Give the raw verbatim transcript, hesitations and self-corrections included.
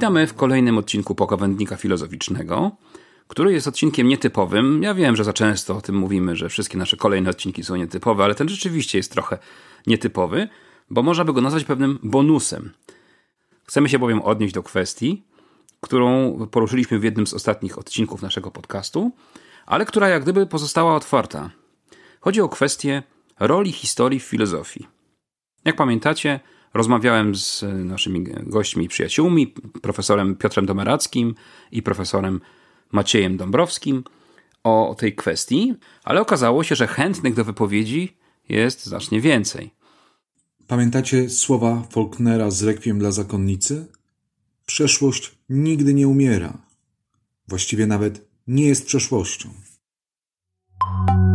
Witamy w kolejnym odcinku Pogawędnika Filozoficznego, który jest odcinkiem nietypowym. Ja wiem, że za często o tym mówimy, że wszystkie nasze kolejne odcinki są nietypowe, ale ten rzeczywiście jest trochę nietypowy, bo można by go nazwać pewnym bonusem. Chcemy się bowiem odnieść do kwestii, którą poruszyliśmy w jednym z ostatnich odcinków naszego podcastu, ale która jak gdyby pozostała otwarta. Chodzi o kwestię roli historii w filozofii. Jak pamiętacie, rozmawiałem z naszymi gośćmi i przyjaciółmi, profesorem Piotrem Domerackim i profesorem Maciejem Dąbrowskim o tej kwestii, ale okazało się, że chętnych do wypowiedzi jest znacznie więcej. Pamiętacie słowa Faulknera z Rekwiem dla zakonnicy? Przeszłość nigdy nie umiera. Właściwie nawet nie jest przeszłością.